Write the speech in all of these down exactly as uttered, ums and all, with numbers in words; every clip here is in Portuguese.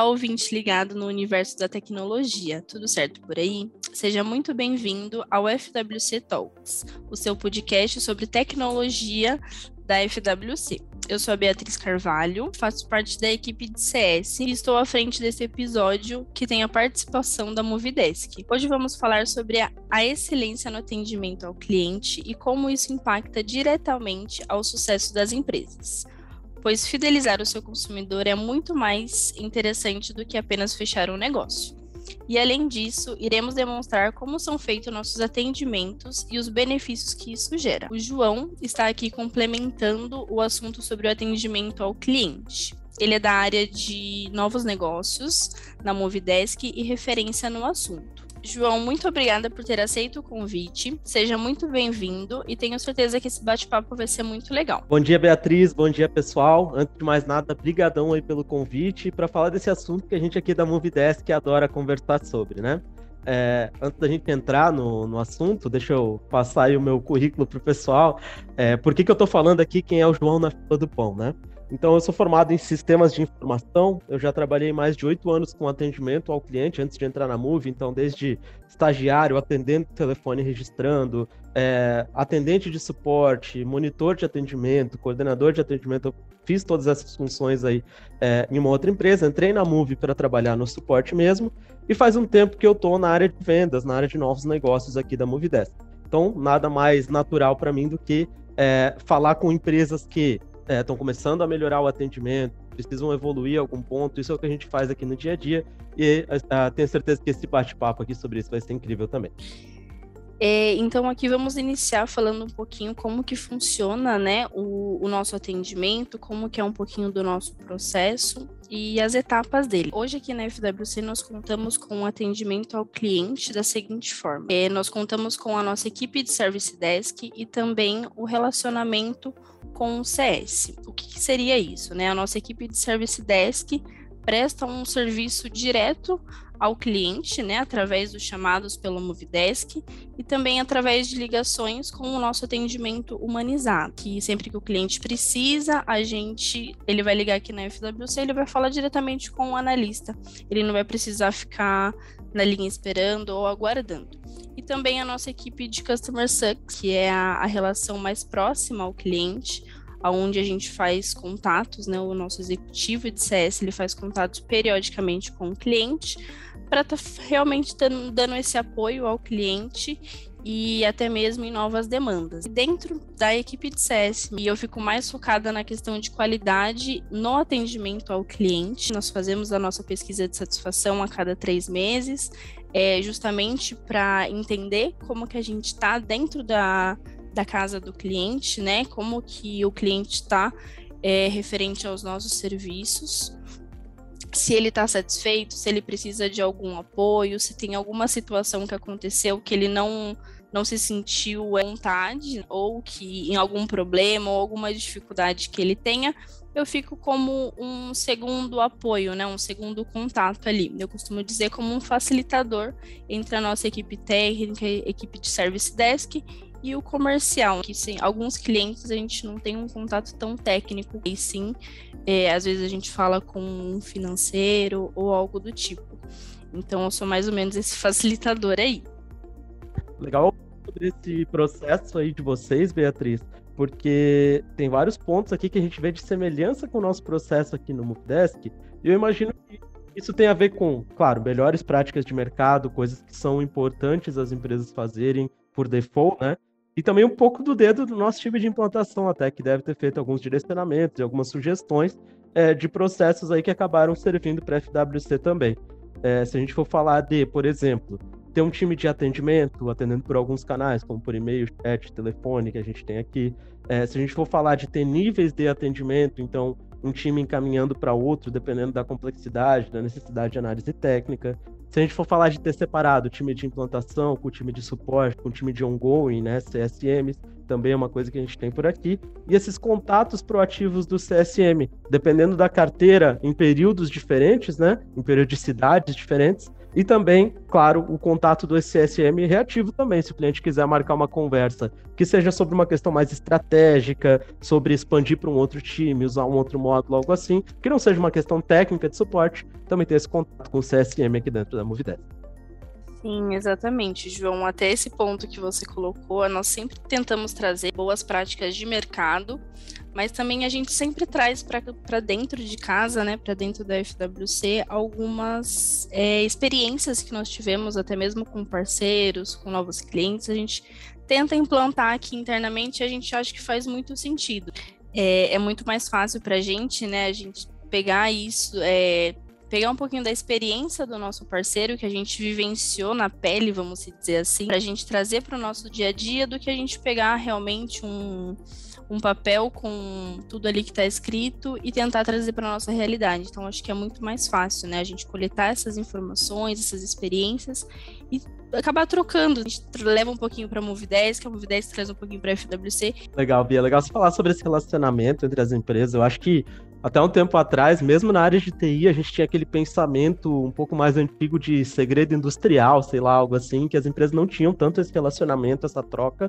Olá, ouvinte ligado no universo da tecnologia, tudo certo por aí? Seja muito bem-vindo ao F W C Talks, o seu podcast sobre tecnologia da F W C. Eu sou a Beatriz Carvalho, faço parte da equipe de C S e estou à frente desse episódio que tem a participação da Movidesk. Hoje vamos falar sobre a, a excelência no atendimento ao cliente e como isso impacta diretamente ao sucesso das empresas. Pois fidelizar o seu consumidor é muito mais interessante do que apenas fechar um negócio. E além disso, iremos demonstrar como são feitos nossos atendimentos e os benefícios que isso gera. O João está aqui complementando o assunto sobre o atendimento ao cliente. Ele é da área de novos negócios na Movidesk e referência no assunto. João, muito obrigada por ter aceito o convite. Seja muito bem-vindo e tenho certeza que esse bate-papo vai ser muito legal. Bom dia, Beatriz. Bom dia, pessoal. Antes de mais nada, brigadão aí pelo convite para falar desse assunto que a gente aqui da Movidesk adora conversar sobre, né? É, antes da gente entrar no, no assunto, deixa eu passar aí o meu currículo pro pessoal. É, por que que eu tô falando aqui quem é o João na fila do pão, né? Então, eu sou formado em sistemas de informação, eu já trabalhei mais de oito anos com atendimento ao cliente antes de entrar na Move, então desde estagiário, atendendo o telefone registrando, é, atendente de suporte, monitor de atendimento, coordenador de atendimento, eu fiz todas essas funções aí é, em uma outra empresa, entrei na Move para trabalhar no suporte mesmo, e faz um tempo que eu estou na área de vendas, na área de novos negócios aqui da Movidesk. Então, nada mais natural para mim do que é, falar com empresas que estão é, começando a melhorar o atendimento, precisam evoluir a algum ponto, isso é o que a gente faz aqui no dia a dia, e uh, tenho certeza que esse bate-papo aqui sobre isso vai ser incrível também. É, então aqui vamos iniciar falando um pouquinho como que funciona, né, o, o nosso atendimento, como que é um pouquinho do nosso processo e as etapas dele. Hoje aqui na F W C nós contamos com um atendimento ao cliente da seguinte forma. É, nós contamos com a nossa equipe de Service Desk e também o relacionamento com o C S. O que, que seria isso, né? A nossa equipe de Service Desk presta um serviço direto ao cliente, né, através dos chamados pelo Movidesk e também através de ligações com o nosso atendimento humanizado, que sempre que o cliente precisa, a gente, ele vai ligar aqui na F W C, ele vai falar diretamente com o analista, ele não vai precisar ficar na linha esperando ou aguardando. E também a nossa equipe de Customer Success, que é a, a relação mais próxima ao cliente, onde a gente faz contatos, né, o nosso executivo de C S, ele faz contatos periodicamente com o cliente, para estar tá realmente dando, dando esse apoio ao cliente e até mesmo em novas demandas. Dentro da equipe de C S, e eu fico mais focada na questão de qualidade no atendimento ao cliente. Nós fazemos a nossa pesquisa de satisfação a cada três meses, é, justamente para entender como que a gente está dentro da, da casa do cliente, né? Como que o cliente está é, referente aos nossos serviços, se ele está satisfeito, se ele precisa de algum apoio, se tem alguma situação que aconteceu que ele não, não se sentiu à vontade, ou que em algum problema ou alguma dificuldade que ele tenha, eu fico como um segundo apoio, né, um segundo contato ali. Eu costumo dizer como um facilitador entre a nossa equipe técnica, equipe de Service Desk e o comercial, que sim, alguns clientes a gente não tem um contato tão técnico, e sim, é, às vezes a gente fala com um financeiro ou algo do tipo. Então eu sou mais ou menos esse facilitador aí. Legal sobre esse processo aí de vocês, Beatriz, porque tem vários pontos aqui que a gente vê de semelhança com o nosso processo aqui no Movidesk, e eu imagino que isso tem a ver com, claro, melhores práticas de mercado, coisas que são importantes as empresas fazerem por default, né? E também um pouco do dedo do nosso time de implantação até, que deve ter feito alguns direcionamentos e algumas sugestões é, de processos aí que acabaram servindo para a F W C também. É, se a gente for falar de, por exemplo, ter um time de atendimento, atendendo por alguns canais, como por e-mail, chat, telefone, que a gente tem aqui. É, se a gente for falar de ter níveis de atendimento, então um time encaminhando para outro, dependendo da complexidade, da necessidade de análise técnica. Se a gente for falar de ter separado o time de implantação com o time de suporte, com o time de ongoing, né, C S Ms, também é uma coisa que a gente tem por aqui. E esses contatos proativos do C S M, dependendo da carteira, em períodos diferentes, né, em periodicidades diferentes, E também, claro, o contato do C S M reativo também, se o cliente quiser marcar uma conversa que seja sobre uma questão mais estratégica, sobre expandir para um outro time, usar um outro módulo, algo assim, que não seja uma questão técnica de suporte, também tem esse contato com o C S M aqui dentro da Movidesk. Sim, exatamente, João. Até esse ponto que você colocou, nós sempre tentamos trazer boas práticas de mercado, mas também a gente sempre traz para dentro de casa, né, para dentro da F W C, algumas é, experiências que nós tivemos, até mesmo com parceiros, com novos clientes. A gente tenta implantar aqui internamente e a gente acha que faz muito sentido. É, é muito mais fácil para a gente, né, a gente pegar isso, é, pegar um pouquinho da experiência do nosso parceiro, que a gente vivenciou na pele, vamos dizer assim, para a gente trazer para o nosso dia a dia, do que a gente pegar realmente um, um papel com tudo ali que está escrito e tentar trazer para a nossa realidade. Então, acho que é muito mais fácil, né? A gente coletar essas informações, essas experiências e acabar trocando. A gente leva um pouquinho para a Movidesk, a Movidesk traz um pouquinho para a F W C. Legal, Bia. Legal você falar sobre esse relacionamento entre as empresas. Eu acho que até um tempo atrás, mesmo na área de T I, a gente tinha aquele pensamento um pouco mais antigo de segredo industrial, sei lá, algo assim, que as empresas não tinham tanto esse relacionamento, essa troca.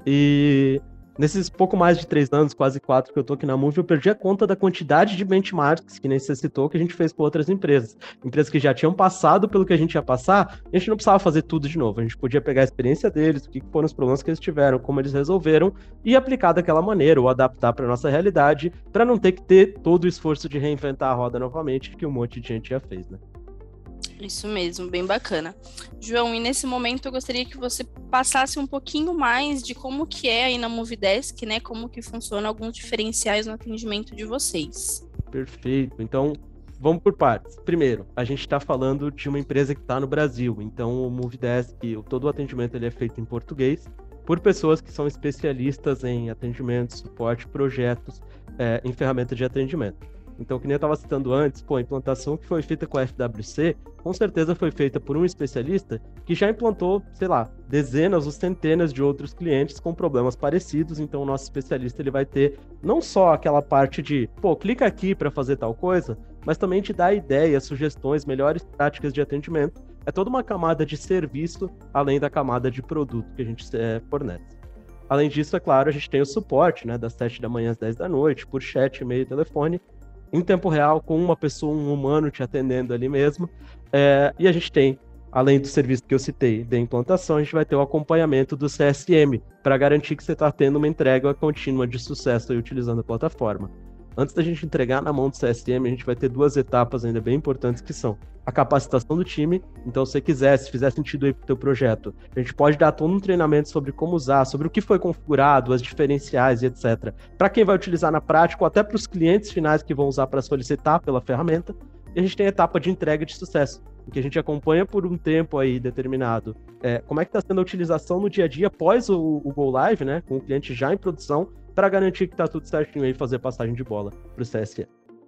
E nesses pouco mais de três anos, quase quatro que eu tô aqui na Move, eu perdi a conta da quantidade de benchmarks, que nem você citou, que a gente fez com outras empresas. Empresas que já tinham passado pelo que a gente ia passar, a gente não precisava fazer tudo de novo. A gente podia pegar a experiência deles, o que foram os problemas que eles tiveram, como eles resolveram, e aplicar daquela maneira, ou adaptar para nossa realidade, para não ter que ter todo o esforço de reinventar a roda novamente, que um monte de gente já fez, né? Isso mesmo, bem bacana. João, e nesse momento eu gostaria que você passasse um pouquinho mais de como que é aí na Movidesk, né? Como que funciona alguns diferenciais no atendimento de vocês. Perfeito. Então, vamos por partes. Primeiro, a gente está falando de uma empresa que está no Brasil. Então, o Movidesk, todo o atendimento ele é feito em português, por pessoas que são especialistas em atendimento, suporte, projetos, é, em ferramentas de atendimento. Então, que nem eu estava citando antes, pô, a implantação que foi feita com a F W C, com certeza foi feita por um especialista que já implantou, sei lá, dezenas ou centenas de outros clientes com problemas parecidos. Então, o nosso especialista ele vai ter não só aquela parte de, pô, clica aqui para fazer tal coisa, mas também te dá ideias, sugestões, melhores práticas de atendimento. É toda uma camada de serviço, além da camada de produto que a gente é, fornece. Além disso, é claro, a gente tem o suporte, né, das sete da manhã às dez da noite, por chat, e-mail, telefone, em tempo real, com uma pessoa, um humano te atendendo ali mesmo. É, e a gente tem, além do serviço que eu citei, de implantação, a gente vai ter o acompanhamento do C S M, para garantir que você está tendo uma entrega contínua de sucesso aí, utilizando a plataforma. Antes da gente entregar na mão do C S M, a gente vai ter duas etapas ainda bem importantes, que são a capacitação do time. Então, se você quiser, se fizer sentido aí para o teu projeto, a gente pode dar todo um treinamento sobre como usar, sobre o que foi configurado, as diferenciais e etcétera. Para quem vai utilizar na prática, ou até para os clientes finais que vão usar para solicitar pela ferramenta. E a gente tem a etapa de entrega de sucesso, em que a gente acompanha por um tempo aí determinado é, como é que está sendo a utilização no dia a dia após o, o Go Live, né, com o cliente já em produção, para garantir que está tudo certinho aí e fazer passagem de bola para o C S M.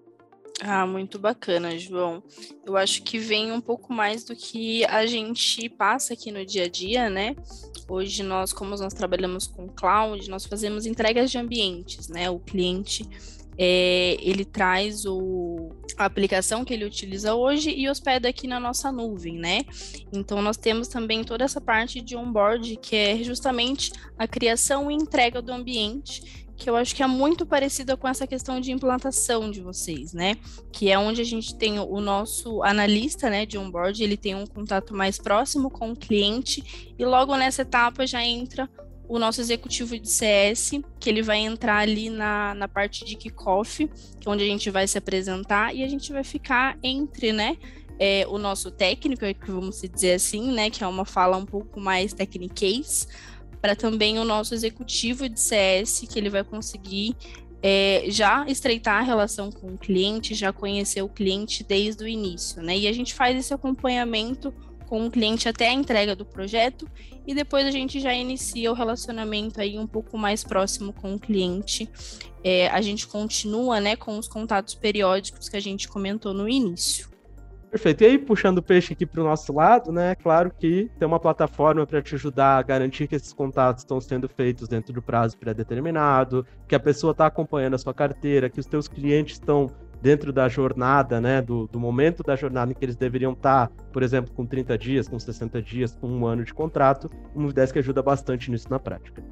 Ah, muito bacana, João. Eu acho que vem um pouco mais do que a gente passa aqui no dia a dia, né? Hoje nós, como nós trabalhamos com cloud, nós fazemos entregas de ambientes, né? O cliente, é, ele traz o, a aplicação que ele utiliza hoje e hospeda aqui na nossa nuvem, né? Então, nós temos também toda essa parte de onboard, que é justamente a criação e entrega do ambiente, que eu acho que é muito parecida com essa questão de implantação de vocês, né? Que é onde a gente tem o nosso analista, né, de onboard, ele tem um contato mais próximo com o cliente e logo nessa etapa já entra o nosso executivo de C S, que ele vai entrar ali na, na parte de kickoff, que é onde a gente vai se apresentar e a gente vai ficar entre, né, é, o nosso técnico, que vamos dizer assim, né, que é uma fala um pouco mais techniquez, para também o nosso executivo de C S, que ele vai conseguir é, já estreitar a relação com o cliente, já conhecer o cliente desde o início, né? E a gente faz esse acompanhamento com o cliente até a entrega do projeto e depois a gente já inicia o relacionamento aí um pouco mais próximo com o cliente. É, a gente continua, né, com os contatos periódicos que a gente comentou no início. Perfeito. E aí, puxando o peixe aqui para o nosso lado, né? Claro que tem uma plataforma para te ajudar a garantir que esses contatos estão sendo feitos dentro do prazo pré-determinado, que a pessoa está acompanhando a sua carteira, que os teus clientes estão dentro da jornada, né, do, do momento da jornada em que eles deveriam estar, por exemplo, com trinta dias, com sessenta dias, com um ano de contrato, o Movidesk ajuda bastante nisso na prática.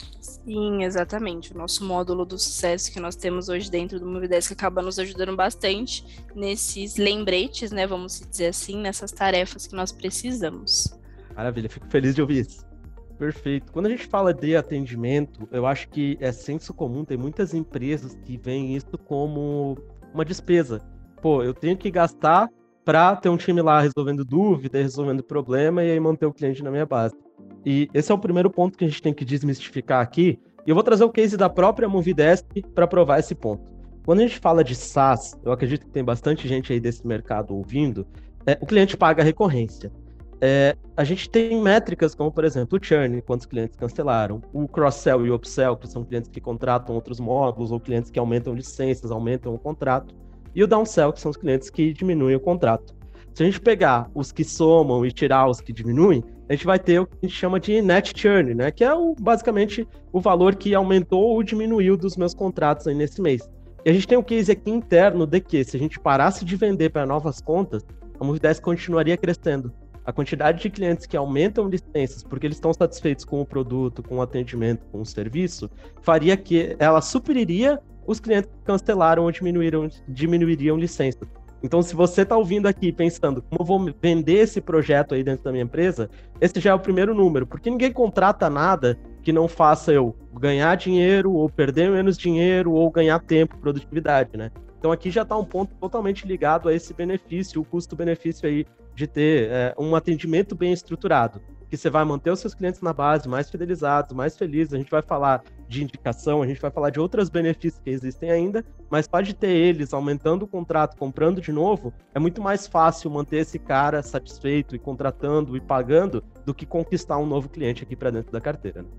Sim, exatamente. O nosso módulo do sucesso que nós temos hoje dentro do Movidesk acaba nos ajudando bastante nesses lembretes, né, vamos dizer assim, nessas tarefas que nós precisamos. Maravilha, fico feliz de ouvir isso. Perfeito. Quando a gente fala de atendimento, eu acho que é senso comum, tem muitas empresas que veem isso como uma despesa. Pô, eu tenho que gastar para ter um time lá resolvendo dúvida, resolvendo problema e aí manter o cliente na minha base. E esse é o primeiro ponto que a gente tem que desmistificar aqui. E eu vou trazer o case da própria Movidesk para provar esse ponto. Quando a gente fala de SaaS, eu acredito que tem bastante gente aí desse mercado ouvindo, é, o cliente paga a recorrência. É, a gente tem métricas como, por exemplo, o churn, quantos clientes cancelaram, o cross-sell e o upsell, que são clientes que contratam outros módulos, ou clientes que aumentam licenças, aumentam o contrato, e o downsell, que são os clientes que diminuem o contrato. Se a gente pegar os que somam e tirar os que diminuem, a gente vai ter o que a gente chama de net churn, né? Que é o, basicamente o valor que aumentou ou diminuiu dos meus contratos aí nesse mês. E a gente tem um case aqui interno de que, se a gente parasse de vender para novas contas, a Movidesk continuaria crescendo. A quantidade de clientes que aumentam licenças porque eles estão satisfeitos com o produto, com o atendimento, com o serviço, faria que ela superiria os clientes que cancelaram ou diminuíram, diminuiriam licenças. Então, se você está ouvindo aqui pensando como eu vou vender esse projeto aí dentro da minha empresa, esse já é o primeiro número, porque ninguém contrata nada que não faça eu ganhar dinheiro, ou perder menos dinheiro, ou ganhar tempo, produtividade, né? Então, aqui já está um ponto totalmente ligado a esse benefício, o custo-benefício aí de ter é, um atendimento bem estruturado, que você vai manter os seus clientes na base, mais fidelizados, mais felizes. A gente vai falar de indicação, a gente vai falar de outros benefícios que existem ainda, mas pode ter eles aumentando o contrato, comprando de novo, é muito mais fácil manter esse cara satisfeito e contratando e pagando do que conquistar um novo cliente aqui para dentro da carteira, né?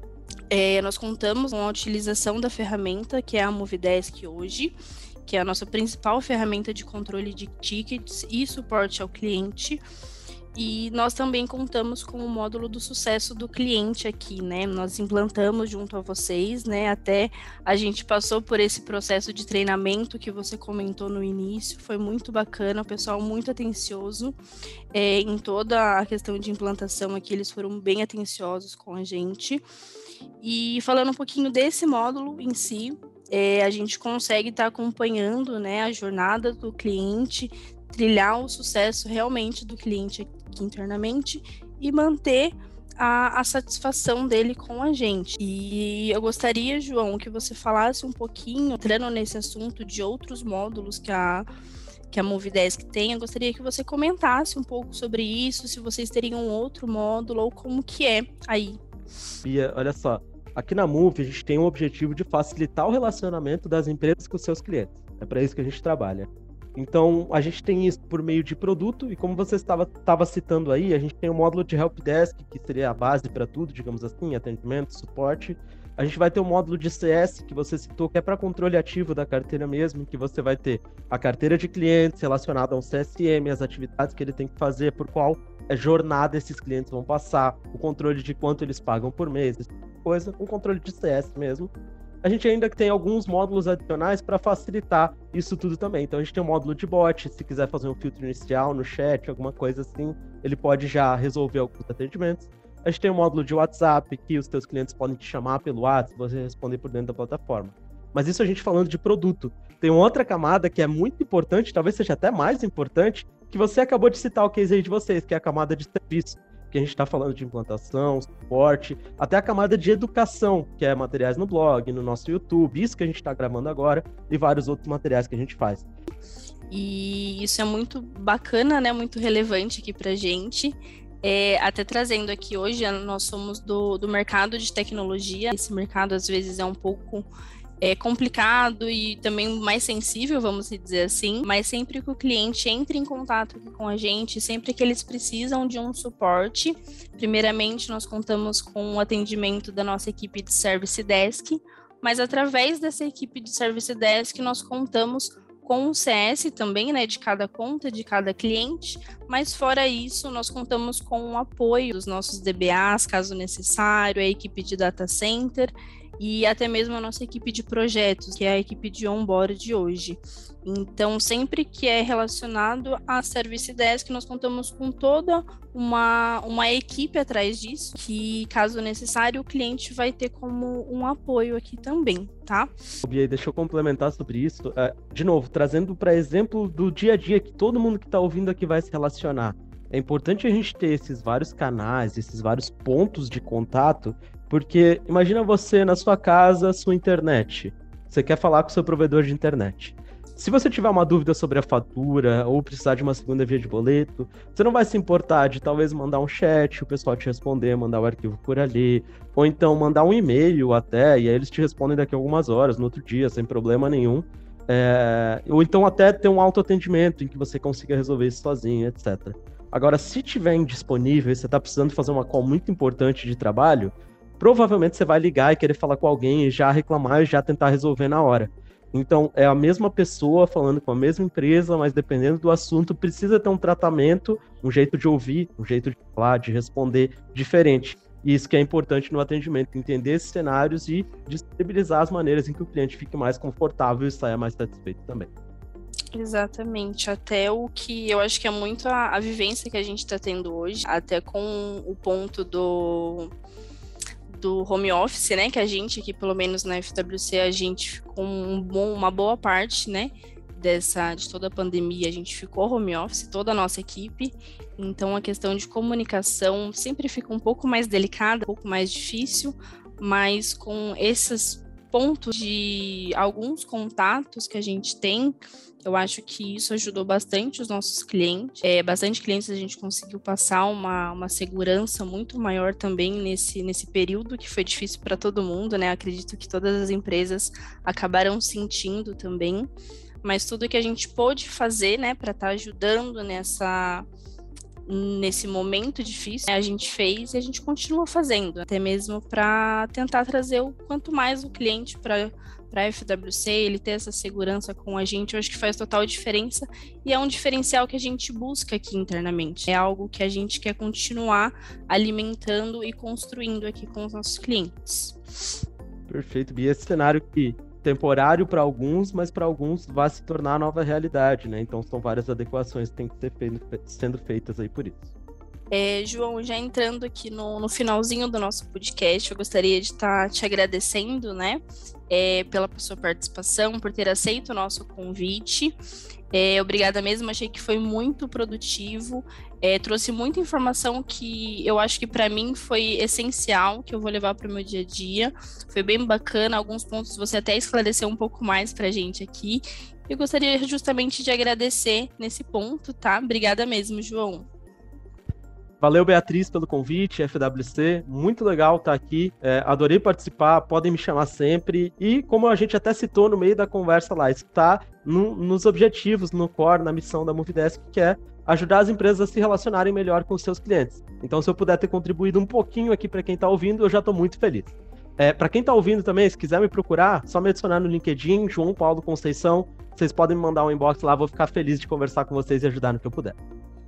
É, nós contamos com a utilização da ferramenta que é a Movidesk hoje, que é a nossa principal ferramenta de controle de tickets e suporte ao cliente. E nós também contamos com o módulo do sucesso do cliente aqui, né? Nós implantamos junto a vocês, né? Até a gente passou por esse processo de treinamento que você comentou no início, foi muito bacana, o pessoal muito atencioso é, em toda a questão de implantação aqui, eles foram bem atenciosos com a gente. E falando um pouquinho desse módulo em si, É, a gente consegue estar tá acompanhando, né, a jornada do cliente, trilhar o sucesso realmente do cliente aqui internamente e manter a, a satisfação dele com a gente. E eu gostaria, João, que você falasse um pouquinho, entrando nesse assunto de outros módulos que a, que a Movidesk tem, eu gostaria que você comentasse um pouco sobre isso, se vocês teriam outro módulo ou como que é aí. Bia, olha só. Aqui na Move, a gente tem o objetivo de facilitar o relacionamento das empresas com os seus clientes. É para isso que a gente trabalha. Então, a gente tem isso por meio de produto, e como você estava, estava citando aí, a gente tem o módulo de Helpdesk, que seria a base para tudo, digamos assim, atendimento, suporte. A gente vai ter o módulo de C S, que você citou, que é para controle ativo da carteira mesmo, que você vai ter a carteira de clientes relacionada ao C S M, as atividades que ele tem que fazer, por qual jornada esses clientes vão passar, o controle de quanto eles pagam por mês, coisa, um controle de C S mesmo. A gente ainda tem alguns módulos adicionais para facilitar isso tudo também. Então a gente tem um módulo de bot, se quiser fazer um filtro inicial no chat, alguma coisa assim, ele pode já resolver alguns atendimentos. A gente tem um módulo de WhatsApp, que os teus clientes podem te chamar pelo WhatsApp, você responder por dentro da plataforma. Mas isso a gente falando de produto. Tem uma outra camada que é muito importante, talvez seja até mais importante, que você acabou de citar o case aí de vocês, que é a camada de serviço. Que a gente está falando de implantação, suporte, até a camada de educação, que é materiais no blog, no nosso YouTube, isso que a gente está gravando agora, e vários outros materiais que a gente faz. E isso é muito bacana, né? Muito relevante aqui para a gente. É, até trazendo aqui hoje, nós somos do, do mercado de tecnologia. Esse mercado, às vezes, é um pouco é, complicado e também mais sensível, vamos dizer assim. Mas sempre que o cliente entra em contato com a gente, sempre que eles precisam de um suporte, primeiramente, nós contamos com o atendimento da nossa equipe de Service Desk, mas através dessa equipe de Service Desk, nós contamos com o C S também, né, de cada conta, de cada cliente, mas fora isso, nós contamos com o apoio dos nossos D B As, caso necessário, a equipe de Data Center, e até mesmo a nossa equipe de projetos, que é a equipe de onboard de hoje. Então, sempre que é relacionado a Service Desk, nós contamos com toda uma, uma equipe atrás disso, que, caso necessário, o cliente vai ter como um apoio aqui também, tá? Bia, deixa eu complementar sobre isso. De novo, trazendo para exemplo do dia a dia, que todo mundo que está ouvindo aqui vai se relacionar. É importante a gente ter esses vários canais, esses vários pontos de contato, porque imagina você na sua casa, sua internet. Você quer falar com o seu provedor de internet. Se você tiver uma dúvida sobre a fatura ou precisar de uma segunda via de boleto, você não vai se importar de talvez mandar um chat, o pessoal te responder, mandar o arquivo por ali, ou então mandar um e-mail até, e aí eles te respondem daqui a algumas horas, no outro dia, sem problema nenhum. É... Ou então até ter um autoatendimento em que você consiga resolver isso sozinho, etcétera. Agora, se tiver indisponível e você está precisando fazer uma call muito importante de trabalho, provavelmente você vai ligar e querer falar com alguém e já reclamar e já tentar resolver na hora. Então, é a mesma pessoa falando com a mesma empresa, mas dependendo do assunto, precisa ter um tratamento, um jeito de ouvir, um jeito de falar, de responder diferente. E isso que é importante no atendimento, entender esses cenários e disponibilizar as maneiras em que o cliente fique mais confortável e saia mais satisfeito também. Exatamente, até o que eu acho que é muito a, a vivência que a gente está tendo hoje, até com o ponto do... do home office, né, que a gente aqui, pelo menos na F W C, a gente ficou um bom, uma boa parte, né, dessa, de toda a pandemia, a gente ficou home office, toda a nossa equipe, então a questão de comunicação sempre fica um pouco mais delicada, um pouco mais difícil, mas com esses pontos de alguns contatos que a gente tem, eu acho que isso ajudou bastante os nossos clientes. É, bastante clientes a gente conseguiu passar uma, uma segurança muito maior também nesse, nesse período que foi difícil para todo mundo, né? Acredito que todas as empresas acabaram sentindo também. Mas tudo que a gente pôde fazer, né, para estar tá ajudando nessa... nesse momento difícil, a gente fez e a gente continua fazendo, até mesmo para tentar trazer o quanto mais o cliente para para a F W C, ele ter essa segurança com a gente, eu acho que faz total diferença e é um diferencial que a gente busca aqui internamente. É algo que a gente quer continuar alimentando e construindo aqui com os nossos clientes. Perfeito, Bia. Esse cenário que temporário para alguns, mas para alguns vai se tornar a nova realidade, né? Então são várias adequações que têm que ser feito, sendo feitas aí por isso. É, João, já entrando aqui no, no finalzinho do nosso podcast, eu gostaria de estar te agradecendo, né, é, pela sua participação, por ter aceito o nosso convite. É, obrigada mesmo, achei que foi muito produtivo, é, trouxe muita informação que eu acho que para mim foi essencial, que eu vou levar para o meu dia a dia. Foi bem bacana, alguns pontos você até esclareceu um pouco mais para a gente aqui. Eu gostaria justamente de agradecer nesse ponto, tá? Obrigada mesmo, João. Valeu, Beatriz, pelo convite, F W C, muito legal estar aqui, é, adorei participar, podem me chamar sempre, e como a gente até citou no meio da conversa lá, isso está no, nos objetivos, no core, na missão da Movidesk, que é ajudar as empresas a se relacionarem melhor com os seus clientes. Então, se eu puder ter contribuído um pouquinho aqui para quem está ouvindo, eu já estou muito feliz. É, para quem está ouvindo também, se quiser me procurar, só me adicionar no LinkedIn, João Paulo Conceição, vocês podem me mandar um inbox lá, vou ficar feliz de conversar com vocês e ajudar no que eu puder.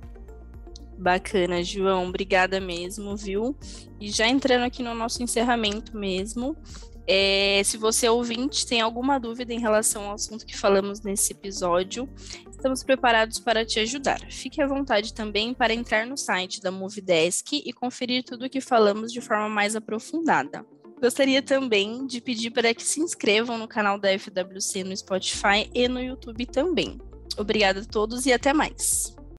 Bacana, João, obrigada mesmo, viu? E já entrando aqui no nosso encerramento mesmo, é, se você ouvinte tem alguma dúvida em relação ao assunto que falamos nesse episódio, estamos preparados para te ajudar. Fique à vontade também para entrar no site da Movidesk e conferir tudo o que falamos de forma mais aprofundada. Gostaria também de pedir para que se inscrevam no canal da F W C no Spotify e no YouTube também. Obrigada a todos e até mais!